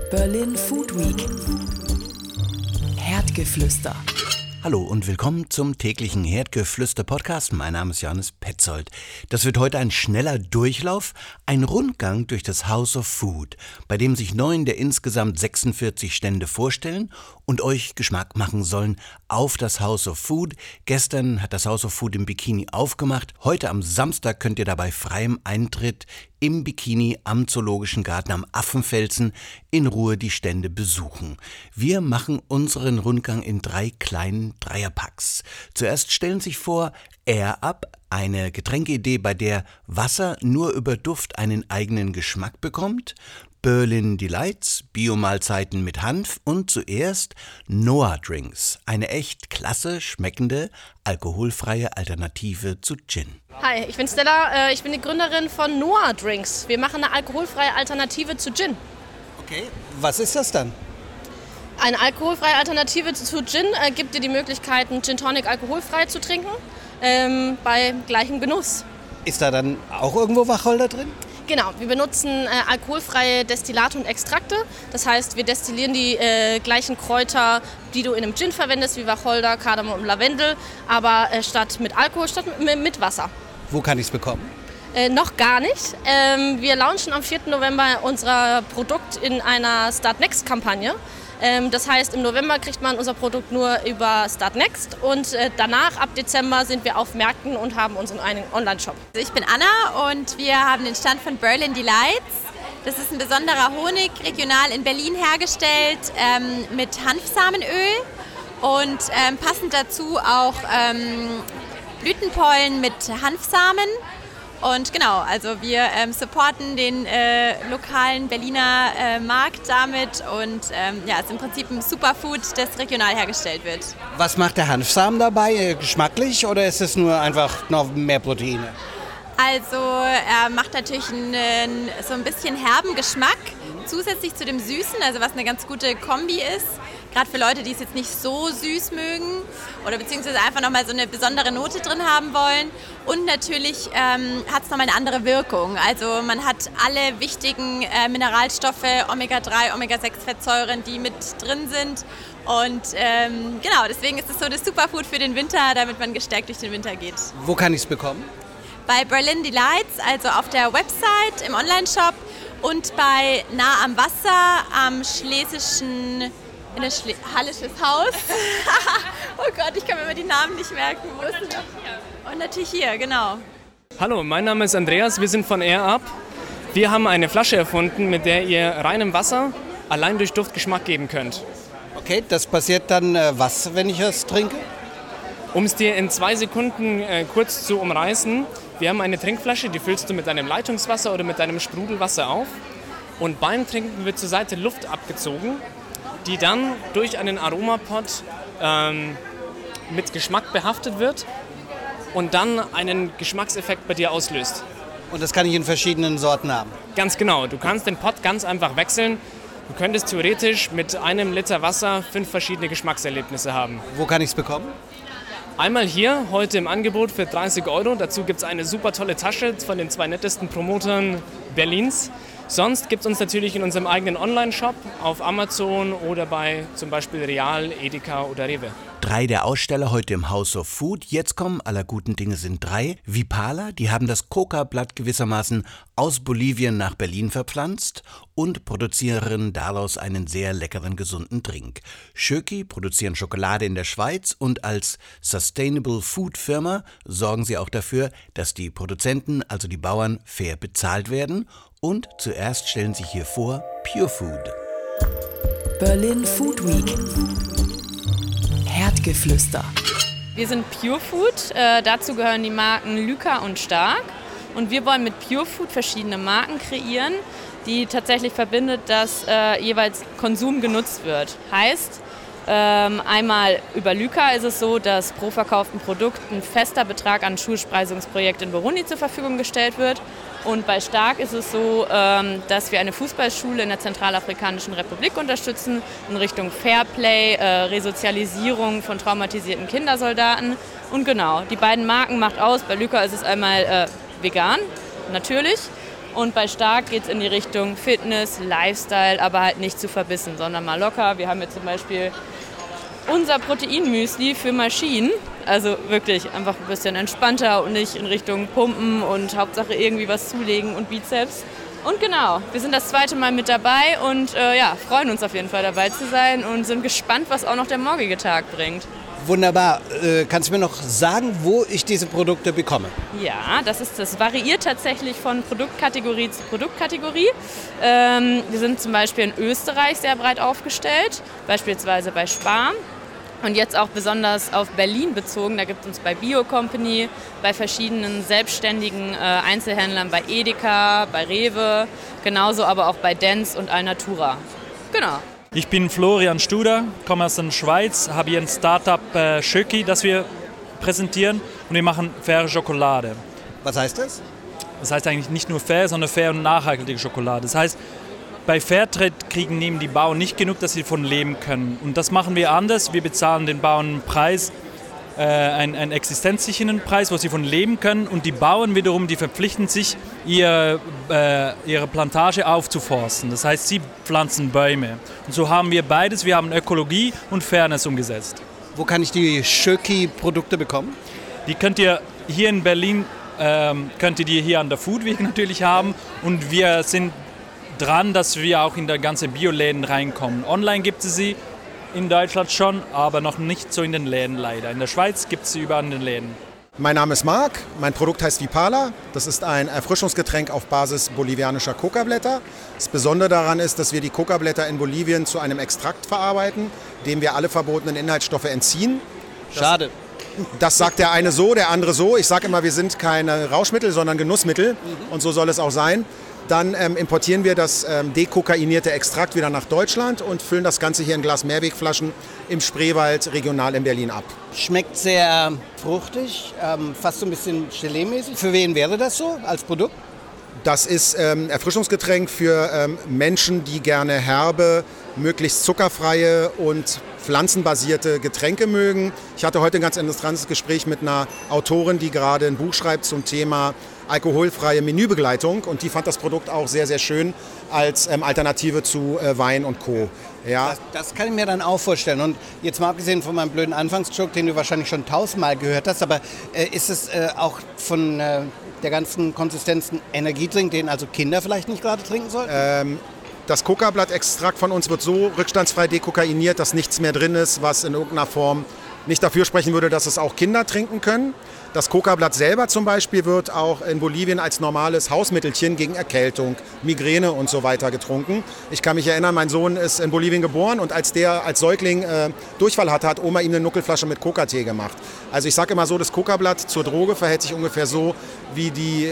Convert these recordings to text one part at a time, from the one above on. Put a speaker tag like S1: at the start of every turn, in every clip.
S1: Berlin Food Week. Herdgeflüster.
S2: Hallo und willkommen zum täglichen Herdgeflüster-Podcast. Mein Name ist Johannes Petzold. Das wird heute ein schneller Durchlauf, ein Rundgang durch das House of Food, bei dem sich 9 der insgesamt 46 Stände vorstellen und euch Geschmack machen sollen auf das House of Food. Gestern hat das House of Food im Bikini aufgemacht. Heute am Samstag könnt ihr dabei freiem Eintritt im Bikini am Zoologischen Garten am Affenfelsen in Ruhe die Stände besuchen. Wir machen unseren Rundgang in 3 kleinen Dreierpacks. Zuerst stellen sich vor Air Up, eine Getränkeidee, bei der Wasser nur über Duft einen eigenen Geschmack bekommt. Berlin Delights, Biomahlzeiten mit Hanf und zuerst Noah Drinks, eine echt klasse schmeckende, alkoholfreie Alternative zu Gin.
S3: Hi, ich bin Stella, ich bin die Gründerin von Noah Drinks. Wir machen eine alkoholfreie Alternative zu Gin.
S2: Okay, was ist das dann?
S3: Eine alkoholfreie Alternative zu Gin gibt dir die Möglichkeit, einen Gin Tonic alkoholfrei zu trinken, bei gleichem Genuss.
S4: Ist da dann auch irgendwo Wacholder drin?
S3: Genau, wir benutzen alkoholfreie Destillate und Extrakte. Das heißt, wir destillieren die gleichen Kräuter, die du in einem Gin verwendest, wie Wacholder, Kardamom und Lavendel, aber statt mit Alkohol, statt mit Wasser.
S4: Wo kann ich es bekommen?
S3: Noch gar nicht. Wir launchen am 4. November unser Produkt in einer Start Next-Kampagne. Das heißt, im November kriegt man unser Produkt nur über Start Next und danach, ab Dezember, sind wir auf Märkten und haben unseren eigenen Online-Shop.
S5: Ich bin Anna und wir haben den Stand von Berlin Delights. Das ist ein besonderer Honig, regional in Berlin hergestellt, mit Hanfsamenöl und passend dazu auch Blütenpollen mit Hanfsamen. Und genau, also wir supporten den lokalen Berliner Markt damit und es ist im Prinzip ein Superfood, das regional hergestellt wird.
S4: Was macht der Hanfsamen dabei? Geschmacklich oder ist es nur einfach noch mehr Proteine?
S5: Also er macht natürlich so ein bisschen herben Geschmack, zusätzlich zu dem Süßen, also was eine ganz gute Kombi ist. Gerade für Leute, die es jetzt nicht so süß mögen oder beziehungsweise einfach nochmal so eine besondere Note drin haben wollen. Und natürlich hat es nochmal eine andere Wirkung. Also man hat alle wichtigen Mineralstoffe, Omega-3, Omega-6-Fettsäuren, die mit drin sind. Und genau, deswegen ist es so das Superfood für den Winter, damit man gestärkt durch den Winter geht.
S4: Wo kann ich es bekommen?
S5: Bei Berlin Delights, also auf der Website, im Onlineshop und bei Nah am Wasser am Schlesischen... in das Hallisches Haus. Oh Gott, ich kann mir immer die Namen nicht merken. Wo ist denn das? Und natürlich hier, genau.
S6: Hallo, mein Name ist Andreas, wir sind von Air Up. Wir haben eine Flasche erfunden, mit der ihr reinem Wasser allein durch Duft Geschmack geben könnt.
S4: Okay, das passiert dann was, wenn ich es trinke?
S6: Um es dir in 2 Sekunden kurz zu umreißen, wir haben eine Trinkflasche, die füllst du mit deinem Leitungswasser oder mit deinem Sprudelwasser auf. Und beim Trinken wird zur Seite Luft abgezogen, die dann durch einen Aromapod mit Geschmack behaftet wird und dann einen Geschmackseffekt bei dir auslöst.
S4: Und das kann ich in verschiedenen Sorten haben?
S6: Ganz genau. Du kannst den Pod ganz einfach wechseln. Du könntest theoretisch mit einem Liter Wasser 5 verschiedene Geschmackserlebnisse haben.
S4: Wo kann ich es bekommen?
S6: Einmal hier, heute im Angebot für 30 €. Dazu gibt es eine super tolle Tasche von den 2 nettesten Promotern Berlins. Sonst gibt es uns natürlich in unserem eigenen Online-Shop auf Amazon oder bei zum Beispiel Real, Edeka oder Rewe.
S2: 3 der Aussteller heute im House of Food. Jetzt kommen aller guten Dinge sind 3. Vipala, die haben das Coca-Blatt gewissermaßen aus Bolivien nach Berlin verpflanzt und produzieren daraus einen sehr leckeren, gesunden Drink. Schöki produzieren Schokolade in der Schweiz und als Sustainable Food Firma sorgen sie auch dafür, dass die Produzenten, also die Bauern, fair bezahlt werden. Und zuerst stellen sie hier vor Pure Food.
S1: Berlin Food Week. Herdgeflüster.
S7: Wir sind Pure Food, dazu gehören die Marken Lyka und Stark. Und wir wollen mit Pure Food verschiedene Marken kreieren, die tatsächlich verbindet, dass jeweils Konsum genutzt wird. Heißt, einmal über Lyka ist es so, dass pro verkauften Produkt ein fester Betrag an Schulspeisungsprojekt in Burundi zur Verfügung gestellt wird. Und bei Stark ist es so, dass wir eine Fußballschule in der Zentralafrikanischen Republik unterstützen in Richtung Fairplay, Resozialisierung von traumatisierten Kindersoldaten. Und genau, die beiden Marken macht aus. Bei Lyka ist es einmal vegan, natürlich. Und bei Stark geht es in die Richtung Fitness, Lifestyle, aber halt nicht zu verbissen, sondern mal locker. Wir haben jetzt zum Beispiel unser Proteinmüsli für Maschinen. Also wirklich einfach ein bisschen entspannter und nicht in Richtung Pumpen und Hauptsache irgendwie was zulegen und Bizeps. Und genau, wir sind das 2. Mal mit dabei und freuen uns auf jeden Fall dabei zu sein und sind gespannt, was auch noch der morgige Tag bringt.
S4: Wunderbar. Kannst du mir noch sagen, wo ich diese Produkte bekomme?
S7: Ja, das variiert tatsächlich von Produktkategorie zu Produktkategorie. Wir sind zum Beispiel in Österreich sehr breit aufgestellt, beispielsweise bei Spar. Und jetzt auch besonders auf Berlin bezogen, da gibt es uns bei Bio Company, bei verschiedenen selbstständigen Einzelhändlern, bei Edeka, bei Rewe, genauso aber auch bei Dents und Alnatura. Genau.
S8: Ich bin Florian Studer, komme aus der Schweiz, habe hier ein Startup Schöki, das wir präsentieren und wir machen faire Schokolade.
S4: Was heißt das?
S8: Das heißt eigentlich nicht nur fair, sondern fair und nachhaltige Schokolade. Das heißt, bei Fairtrade nehmen die Bauern nicht genug, dass sie davon leben können. Und das machen wir anders. Wir bezahlen den Bauern einen Preis, einen existenzsichernden Preis, wo sie von leben können. Und die Bauern wiederum, die verpflichten sich, ihre Plantage aufzuforsten. Das heißt, sie pflanzen Bäume. Und so haben wir beides. Wir haben Ökologie und Fairness umgesetzt.
S4: Wo kann ich die Schöki-Produkte bekommen?
S8: Die könnt ihr hier in Berlin, könnt ihr die hier an der Food Week natürlich haben. Und wir sind dran, dass wir auch in die ganzen Bioläden reinkommen. Online gibt es sie in Deutschland schon, aber noch nicht so in den Läden leider. In der Schweiz gibt es sie überall in den Läden.
S9: Mein Name ist Marc, mein Produkt heißt Vipala. Das ist ein Erfrischungsgetränk auf Basis bolivianischer Kokablätter. Das Besondere daran ist, dass wir die Kokablätter in Bolivien zu einem Extrakt verarbeiten, dem wir alle verbotenen Inhaltsstoffe entziehen.
S4: Schade.
S9: Das sagt der eine so, der andere so. Ich sage immer, wir sind keine Rauschmittel, sondern Genussmittel. Und so soll es auch sein. Dann importieren wir das dekokainierte Extrakt wieder nach Deutschland und füllen das Ganze hier in Glas-Mehrwegflaschen im Spreewald regional in Berlin ab.
S4: Schmeckt sehr fruchtig, fast so ein bisschen Gelee-mäßig. Für wen wäre das so als Produkt?
S9: Das ist Erfrischungsgetränk für Menschen, die gerne herbe, möglichst zuckerfreie und pflanzenbasierte Getränke mögen. Ich hatte heute ein ganz interessantes Gespräch mit einer Autorin, die gerade ein Buch schreibt zum Thema alkoholfreie Menübegleitung und die fand das Produkt auch sehr, sehr schön als Alternative zu Wein und Co. Ja.
S4: Das kann ich mir dann auch vorstellen. Und jetzt mal abgesehen von meinem blöden Anfangsjoke, den du wahrscheinlich schon 1000-mal gehört hast, aber ist es auch von der ganzen Konsistenz ein Energietrink, den also Kinder vielleicht nicht gerade trinken sollten?
S9: Das Kokablattextrakt von uns wird so rückstandsfrei dekokainiert, dass nichts mehr drin ist, was in irgendeiner Form nicht dafür sprechen würde, dass es auch Kinder trinken können. Das Kokablatt selber zum Beispiel wird auch in Bolivien als normales Hausmittelchen gegen Erkältung, Migräne und so weiter getrunken. Ich kann mich erinnern, mein Sohn ist in Bolivien geboren und als der als Säugling Durchfall hatte, hat Oma ihm eine Nuckelflasche mit Kokatee gemacht. Also ich sage immer so, das Kokablatt zur Droge verhält sich ungefähr so wie die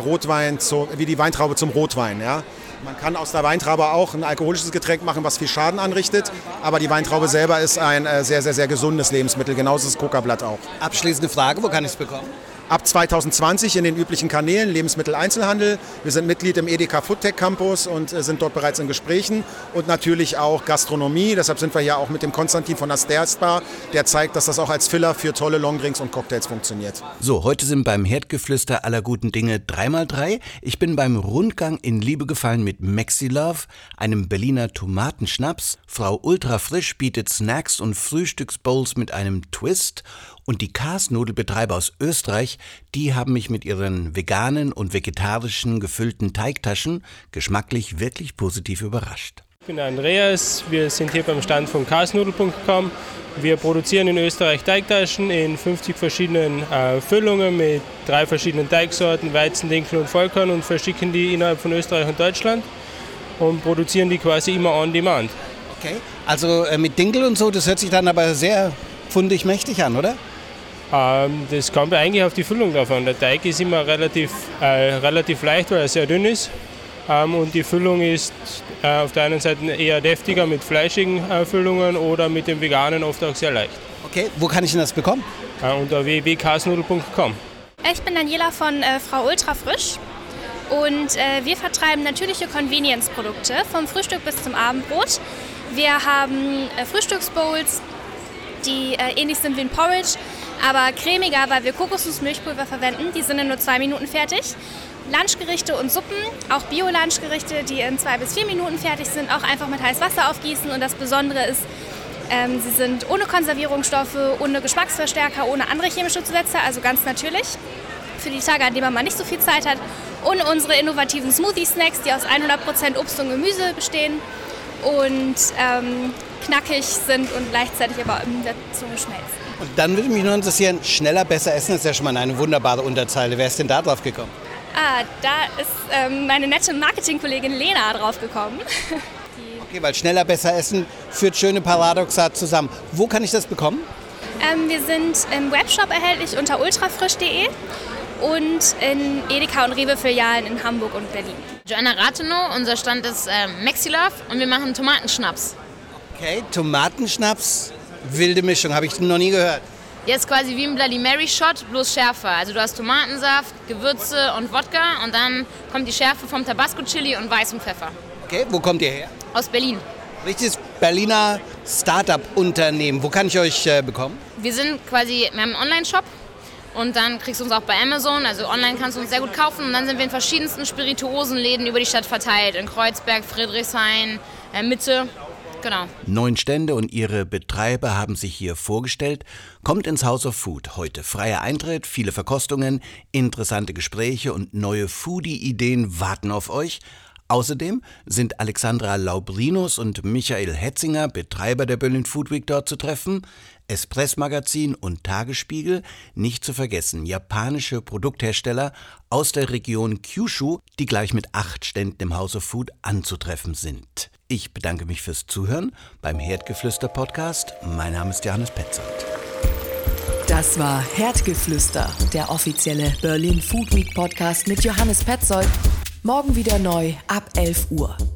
S9: Weintraube zum Rotwein. Ja? Man kann aus der Weintraube auch ein alkoholisches Getränk machen, was viel Schaden anrichtet. Aber die Weintraube selber ist ein sehr, sehr, sehr gesundes Lebensmittel. Genauso ist das Kokablatt auch.
S4: Abschließende Frage, wo kann ich es bekommen?
S9: Ab 2020 in den üblichen Kanälen, Lebensmitteleinzelhandel. Wir sind Mitglied im Edeka Foodtech Campus und sind dort bereits in Gesprächen. Und natürlich auch Gastronomie. Deshalb sind wir hier auch mit dem Konstantin von der Stairs Bar, der zeigt, dass das auch als Filler für tolle Longdrinks und Cocktails funktioniert.
S2: So, heute sind beim Herdgeflüster aller guten Dinge 3x3. Ich bin beim Rundgang in Liebe gefallen mit Maxi Love, einem Berliner Tomatenschnaps. Frau Ultra Frisch bietet Snacks und Frühstücksbowls mit einem Twist. Und die Kasnudelbetreiber aus Österreich, die haben mich mit ihren veganen und vegetarischen gefüllten Teigtaschen geschmacklich wirklich positiv überrascht.
S10: Ich bin Andreas, wir sind hier beim Stand von kasnudel.com. Wir produzieren in Österreich Teigtaschen in 50 verschiedenen Füllungen mit 3 verschiedenen Teigsorten, Weizen, Dinkel und Vollkorn und verschicken die innerhalb von Österreich und Deutschland und produzieren die quasi immer on demand.
S4: Okay, also mit Dinkel und so, das hört sich dann aber sehr fundig mächtig an, oder?
S10: Das kommt eigentlich auf die Füllung davon. Der Teig ist immer relativ leicht, weil er sehr dünn ist. Und die Füllung ist auf der einen Seite eher deftiger mit fleischigen Füllungen oder mit dem veganen oft auch sehr leicht.
S4: Okay, wo kann ich denn das bekommen?
S10: Unter www.kasnudel.com.
S11: Ich bin Daniela von Frau Ultra Frisch und wir vertreiben natürliche Convenience-Produkte vom Frühstück bis zum Abendbrot. Wir haben Frühstücksbowls, die ähnlich sind wie ein Porridge, aber cremiger, weil wir Kokosnuss-Milchpulver verwenden. Die sind in nur 2 Minuten fertig. Lunchgerichte und Suppen, auch Bio-Lunchgerichte, die in 2 bis 4 Minuten fertig sind, auch einfach mit heißem Wasser aufgießen. Und das Besondere ist, sie sind ohne Konservierungsstoffe, ohne Geschmacksverstärker, ohne andere chemische Zusätze, also ganz natürlich. Für die Tage, an denen man mal nicht so viel Zeit hat. Und unsere innovativen Smoothie-Snacks, die aus 100% Obst und Gemüse bestehen und knackig sind und gleichzeitig aber in der Zunge schmelzen.
S4: Und dann würde mich nur interessieren, schneller, besser essen ist ja schon mal eine wunderbare Unterzeile. Wer ist denn da drauf gekommen?
S11: Da ist meine nette Marketingkollegin Lena drauf gekommen.
S4: Okay, weil schneller, besser essen führt schöne Paradoxa zusammen. Wo kann ich das bekommen?
S11: Wir sind im Webshop erhältlich unter ultrafrisch.de und in Edeka und Rewe-Filialen in Hamburg und Berlin.
S12: Joanna Rathenow, unser Stand ist Maxilove und wir machen Tomatenschnaps.
S4: Okay, Tomatenschnaps, wilde Mischung, habe ich noch nie gehört.
S12: Jetzt quasi wie ein Bloody Mary Shot, bloß schärfer. Also du hast Tomatensaft, Gewürze und Wodka und dann kommt die Schärfe vom Tabasco Chili und weißem Pfeffer.
S4: Okay, wo kommt ihr her?
S12: Aus Berlin.
S4: Richtiges Berliner Start-up-Unternehmen. Wo kann ich euch bekommen?
S12: Wir haben einen Online-Shop und dann kriegst du uns auch bei Amazon. Also online kannst du uns sehr gut kaufen. Und dann sind wir in verschiedensten Spirituosenläden über die Stadt verteilt. In Kreuzberg, Friedrichshain, Mitte. Genau.
S2: 9 Stände und ihre Betreiber haben sich hier vorgestellt. Kommt ins House of Food. Heute freier Eintritt, viele Verkostungen, interessante Gespräche und neue Foodie-Ideen warten auf euch. Außerdem sind Alexandra Laubrinus und Michael Hetzinger, Betreiber der Berlin Food Week, dort zu treffen. Espress-Magazin und Tagesspiegel, nicht zu vergessen, japanische Produkthersteller aus der Region Kyushu, die gleich mit 8 Ständen im House of Food anzutreffen sind. Ich bedanke mich fürs Zuhören beim Herdgeflüster-Podcast. Mein Name ist Johannes Petzold.
S1: Das war Herdgeflüster, der offizielle Berlin Food Week Podcast mit Johannes Petzold. Morgen wieder neu ab 11 Uhr.